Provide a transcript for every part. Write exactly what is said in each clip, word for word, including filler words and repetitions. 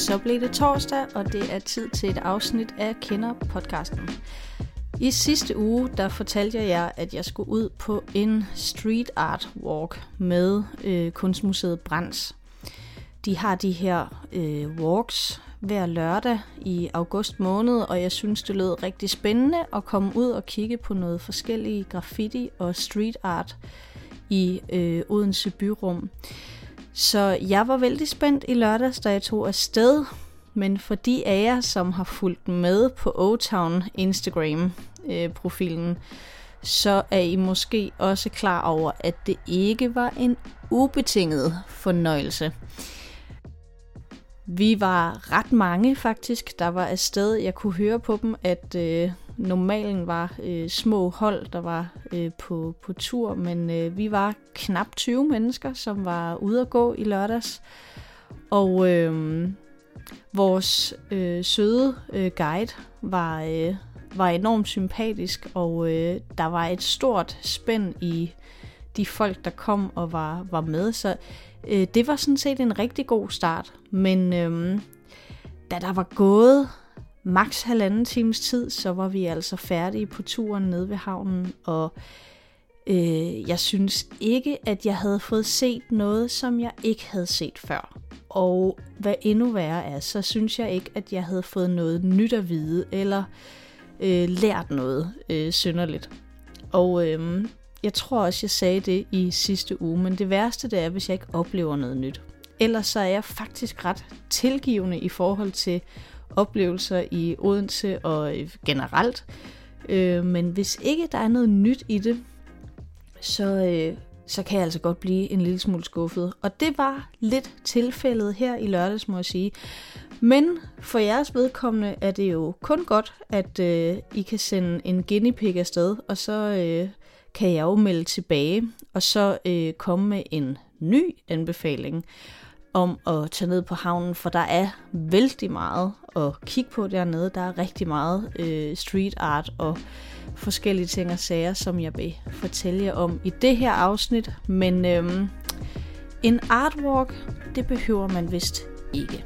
Så blev det torsdag, og det er tid til et afsnit af Kender-podcasten. I sidste uge, der fortalte jeg jer, at jeg skulle ud på en street art walk med øh, Kunstmuseet Brands. De har de her øh, walks hver lørdag i august måned, og jeg synes, det lød rigtig spændende at komme ud og kigge på noget forskellige graffiti og street art i øh, Odense Byrum. Så jeg var vældig spændt i lørdags, da jeg tog afsted, men for de af jer, som har fulgt med på O-Town Instagram-profilen, så er I måske også klar over, at det ikke var en ubetinget fornøjelse. Vi var ret mange faktisk, der var afsted. Jeg kunne høre på dem, at øh, normalen var øh, små hold, der var øh, på, på tur, men øh, vi var knap tyve mennesker, som var ude at gå i lørdags. Og øh, vores øh, søde øh, guide var, øh, var enormt sympatisk, og øh, der var et stort spænd i de folk, der kom og var, var med, så øh, det var sådan set en rigtig god start. Men øh, da der var gået maks halvanden times tid, så var vi altså færdige på turen nede ved havnen, og øh, jeg synes ikke, at jeg havde fået set noget, som jeg ikke havde set før. Og hvad endnu værre er, så synes jeg ikke, at jeg havde fået noget nyt at vide, eller øh, lært noget øh, synderligt. Og øh, jeg tror også, jeg sagde det i sidste uge, men det værste det er, hvis jeg ikke oplever noget nyt. Ellers så er jeg faktisk ret tilgivende i forhold til oplevelser i Odense og generelt. Øh, men hvis ikke der er noget nyt i det, så, øh, så kan jeg altså godt blive en lille smule skuffet. Og det var lidt tilfældet her i lørdags, må jeg sige. Men for jeres vedkommende er det jo kun godt, at øh, I kan sende en guinea pig afsted, og så øh, kan jeg jo melde tilbage, og så øh, komme med en ny anbefaling om at tage ned på havnen, for der er vældig meget at kigge på dernede. Der er rigtig meget øh, street art og forskellige ting og sager, som jeg vil fortælle jer om i det her afsnit. Men øh, en artwalk, det behøver man vist ikke.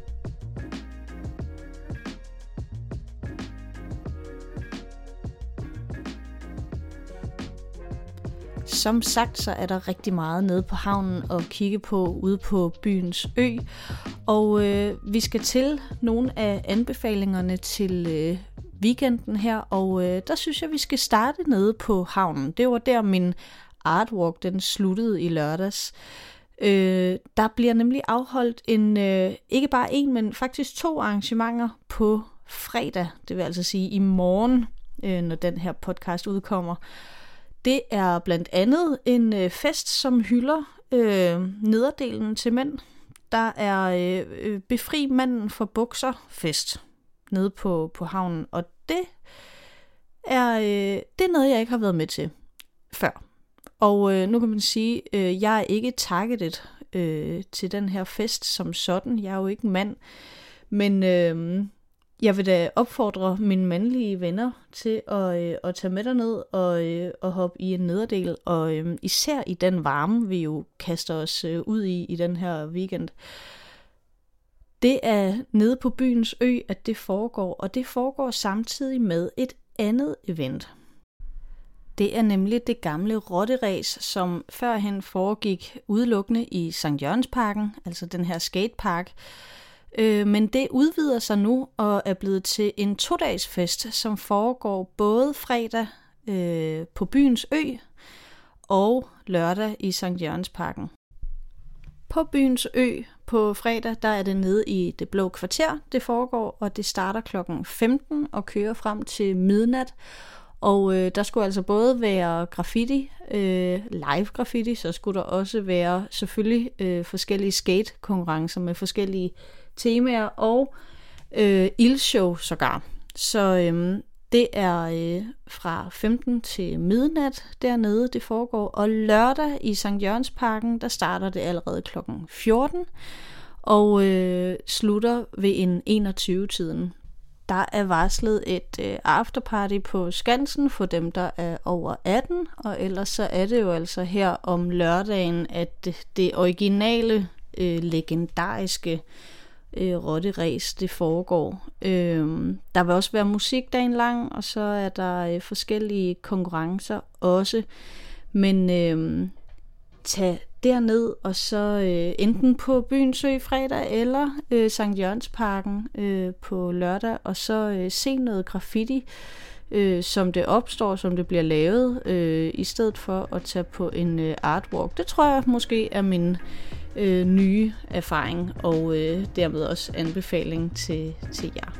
Som sagt, så er der rigtig meget nede på havnen at kigge på ude på byens ø. Og øh, vi skal til nogle af anbefalingerne til øh, weekenden her. Og øh, der synes jeg, vi skal starte nede på havnen. Det var der min artwalk, den sluttede i lørdags. Øh, der bliver nemlig afholdt en, øh, ikke bare en, men faktisk to arrangementer på fredag. Det vil altså sige i morgen, øh, når den her podcast udkommer. Det er blandt andet en øh, fest, som hylder øh, nederdelen til mænd. Der er øh, Befri manden for bukser fest nede på, på havnen, og det er, øh, det er noget, jeg ikke har været med til før. Og øh, nu kan man sige, øh, jeg er ikke targetet øh, til den her fest som sådan. Jeg er jo ikke mand, men øh, jeg vil da opfordre mine mandlige venner til at, øh, at tage med derned og, øh, og hoppe i en nederdel. Og øh, især i den varme, vi jo kaster os øh, ud i i den her weekend. Det er nede på byens ø, at det foregår, og det foregår samtidig med et andet event. Det er nemlig det gamle rotteræs, som førhen foregik udelukkende i Sankt Jørgensparken, altså den her skatepark. Men det udvider sig nu og er blevet til en to-dages-fest, som foregår både fredag øh, på byens ø og lørdag i Sankt Jørgensparken. På byens ø på fredag, der er det nede i det blå kvarter, det foregår, og det starter klokken femten og kører frem til midnat. Og øh, der skulle altså både være graffiti, øh, live graffiti, så skulle der også være selvfølgelig øh, forskellige skate-konkurrencer med forskellige temaer og øh, ildshow sågar. Så øh, det er øh, fra femten til midnat dernede, det foregår. Og lørdag i Sankt Jørgensparken, der starter det allerede klokken fjorten og øh, slutter ved en enogtyve-tiden. Der er varslet et øh, afterparty på Skansen for dem, der er over atten, og ellers så er det jo altså her om lørdagen, at det, det originale, øh, legendariske øh, rotteræs det foregår. Øh, der vil også være musik dagen lang, og så er der øh, forskellige konkurrencer også. Men øh, tag derned, og så øh, enten på Byens Sø fredag, eller øh, Sankt Jørgensparken øh, på lørdag, og så øh, se noget graffiti, øh, som det opstår, som det bliver lavet, øh, i stedet for at tage på en øh, artwalk. Det tror jeg måske er min øh, nye erfaring, og øh, dermed også anbefaling til, til jer.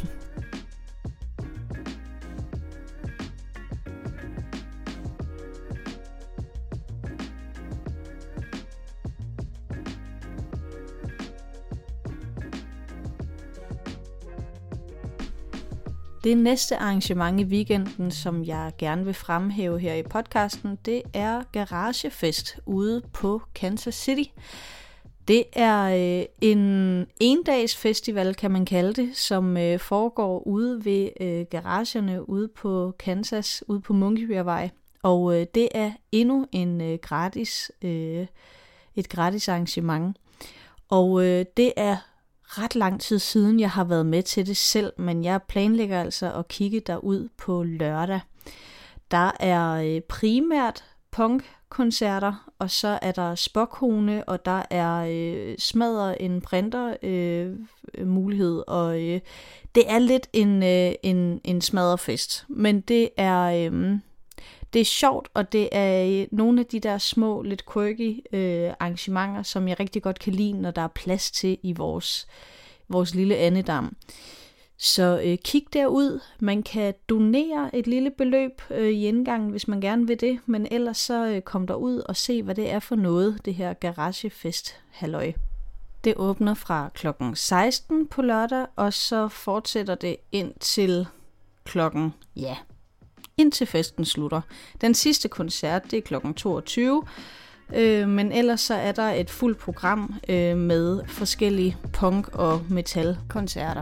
Det næste arrangement i weekenden, som jeg gerne vil fremhæve her i podcasten, det er Garagefest ude på Kansas City. Det er øh, en endags festival, kan man kalde det, som øh, foregår ude ved øh, garagerne ude på Kansas, ude på Munkebjergvej. Og øh, det er endnu en øh, gratis, øh, et gratis arrangement. Og øh, det er ret lang tid siden, jeg har været med til det selv, men jeg planlægger altså at kigge derud på lørdag. Der er øh, primært punkkoncerter, og så er der spokhone, og der er øh, smadre en printer øh, mulighed, og øh, det er lidt en, øh, en, en smadrefest, men det er, øh, det er sjovt, og det er nogle af de der små, lidt quirky øh, arrangementer, som jeg rigtig godt kan lide, når der er plads til i vores, vores lille andedam. Så øh, kig derud. Man kan donere et lille beløb øh, i indgangen, hvis man gerne vil det, men ellers så øh, kom derud og se, hvad det er for noget, det her Garagefest halløj. Det åbner fra klokken seksten på lørdag, og så fortsætter det indtil klokken, ja, indtil festen slutter. Den sidste koncert, det er klokken toogtyve, øh, men ellers så er der et fuldt program øh, med forskellige punk- og metal-koncerter.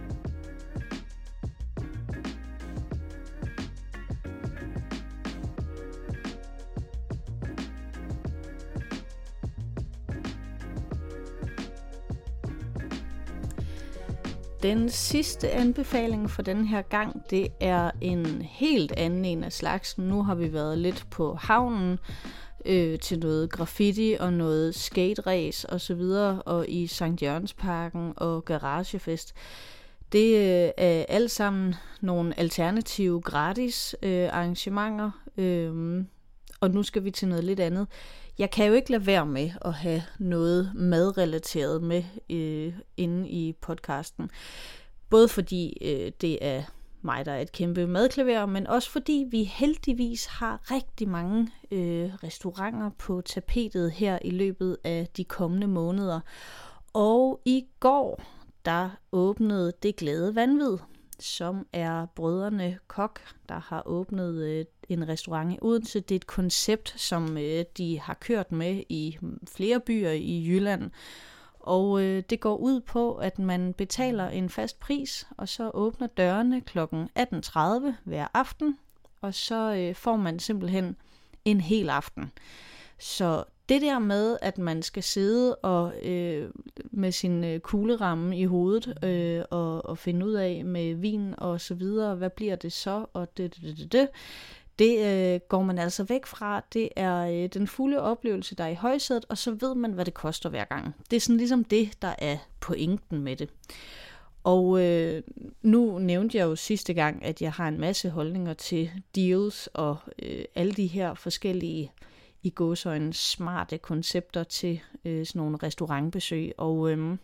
Den sidste anbefaling for den her gang, det er en helt anden en af slagsen. Nu har vi været lidt på havnen øh, til noget graffiti og noget skate-race og så videre, og i Sankt Jørgensparken og Garagefest. Det øh, er alt sammen nogle alternative gratis øh, arrangementer, øh, og nu skal vi til noget lidt andet. Jeg kan jo ikke lade være med at have noget madrelateret med øh, inde i podcasten. Både fordi øh, det er mig, der er et kæmpe madklaver, men også fordi vi heldigvis har rigtig mange øh, restauranter på tapetet her i løbet af de kommende måneder. Og i går, der åbnede Det Glade Vanvid, som er brødrene Kok, der har åbnet øh, en restaurant i Odense. Det er et koncept, som øh, de har kørt med i flere byer i Jylland. Og øh, det går ud på, at man betaler en fast pris, og så åbner dørene klokken atten tredive hver aften, og så øh, får man simpelthen en hel aften. Så det der med, at man skal sidde og øh, med sin øh, kugleramme i hovedet øh, og, og finde ud af med vin og så videre, hvad bliver det så, og det, det, det, det, det øh, går man altså væk fra. Det er øh, den fulde oplevelse, der er i højsædet, og så ved man, hvad det koster hver gang. Det er sådan ligesom det, der er pointen med det. Og øh, nu nævnte jeg jo sidste gang, at jeg har en masse holdninger til deals og øh, alle de her forskellige i gåseøjne smarte koncepter til øh, sådan nogle restaurantbesøg. Og øh,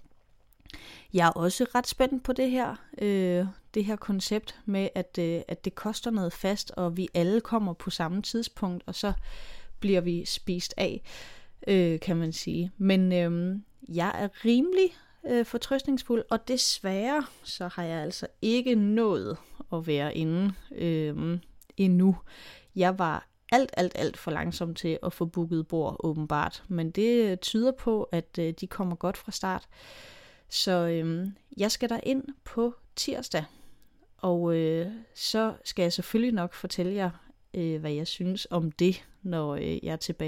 jeg er også ret spændt på det her, øh, det her koncept med, at, øh, at det koster noget fast, og vi alle kommer på samme tidspunkt, og så bliver vi spist af, øh, kan man sige. Men øh, jeg er rimelig øh, fortrøstningsfuld, og desværre så har jeg altså ikke nået at være inde øh, endnu. Jeg var alt, alt, alt for langsomt til at få booket bord, åbenbart. Men det tyder på, at øh, de kommer godt fra start. Så øh, jeg skal der ind på tirsdag, og øh, så skal jeg selvfølgelig nok fortælle jer, øh, hvad jeg synes om det, når øh, jeg er tilbage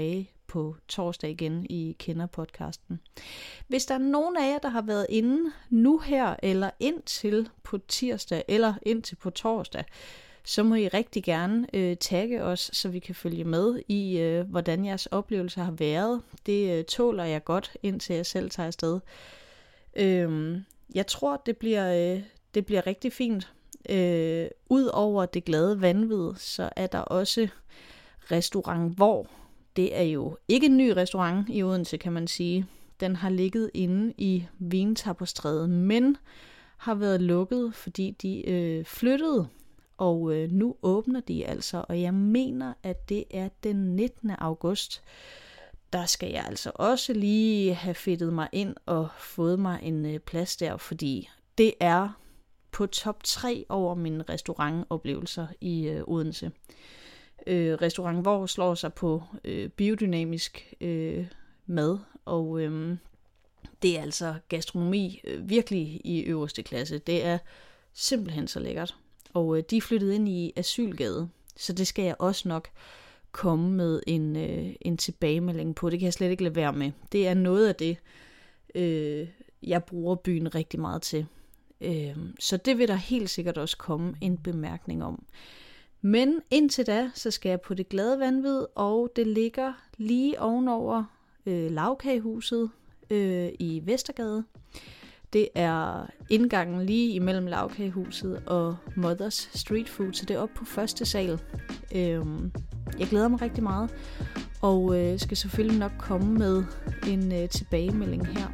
på torsdag igen i Kender-podcasten. Hvis der er nogen af jer, der har været inde nu her, eller indtil på tirsdag, eller indtil på torsdag, så må I rigtig gerne øh, tagge os, så vi kan følge med i, øh, hvordan jeres oplevelser har været. Det øh, tåler jeg godt, indtil jeg selv tager afsted. Øh, jeg tror, det bliver, øh, det bliver rigtig fint. Øh, Udover det glade vanvid, så er der også restaurant Hvor. Det er jo ikke en ny restaurant i Odense, kan man sige. Den har ligget inde i Vintapperstræde, men har været lukket, fordi de øh, flyttede. Og øh, nu åbner de altså, og jeg mener, at det er den nittende august. Der skal jeg altså også lige have fedtet mig ind og fået mig en øh, plads der, fordi det er på top tre over mine restaurantoplevelser i øh, Odense. Øh, restaurant Hvor slår sig på øh, biodynamisk øh, mad, og øh, det er altså gastronomi øh, virkelig i øverste klasse. Det er simpelthen så lækkert. Og øh, de er flyttet ind i Asylgade, så det skal jeg også nok komme med en, øh, en tilbagemelding på. Det kan jeg slet ikke lade være med. Det er noget af det, øh, jeg bruger byen rigtig meget til. Øh, så det vil der helt sikkert også komme en bemærkning om. Men indtil da, så skal jeg på det glade vanvid, og det ligger lige ovenover øh, Lagkagehuset øh, i Vestergade. Det er indgangen lige imellem Lagkagehuset og Mothers Street Food, så det er oppe på første sal. Øhm, jeg glæder mig rigtig meget, og øh, skal selvfølgelig nok komme med en øh, tilbagemelding her.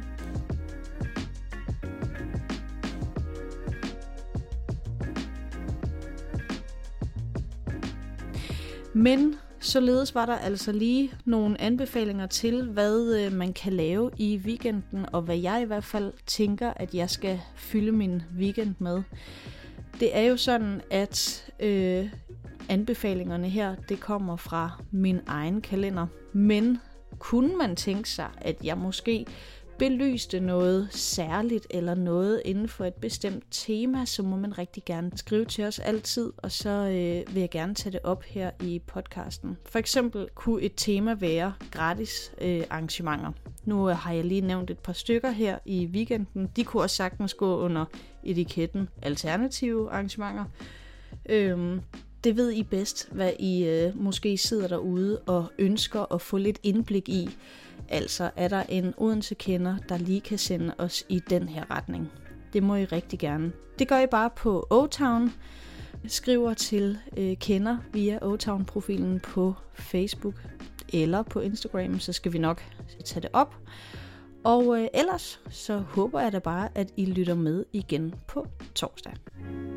Men således var der altså lige nogle anbefalinger til, hvad øh, man kan lave i weekenden, og hvad jeg i hvert fald tænker, at jeg skal fylde min weekend med. Det er jo sådan, at øh, anbefalingerne her, det kommer fra min egen kalender. Men kunne man tænke sig, at jeg måske belyste noget særligt eller noget inden for et bestemt tema, så må man rigtig gerne skrive til os altid, og så øh, vil jeg gerne tage det op her i podcasten. For eksempel kunne et tema være gratis øh, arrangementer. Nu har jeg lige nævnt et par stykker her i weekenden. De kunne også sagtens gå under etiketten alternative arrangementer. Øhm, det ved I bedst, hvad I øh, måske sidder derude og ønsker at få lidt indblik i. Altså er der en Odense-kender, der lige kan sende os i den her retning. Det må I rigtig gerne. Det gør I bare på O-Town. Skriver til øh, kender via O-Town-profilen på Facebook eller på Instagram, så skal vi nok tage det op. Og øh, ellers så håber jeg da bare, at I lytter med igen på torsdag.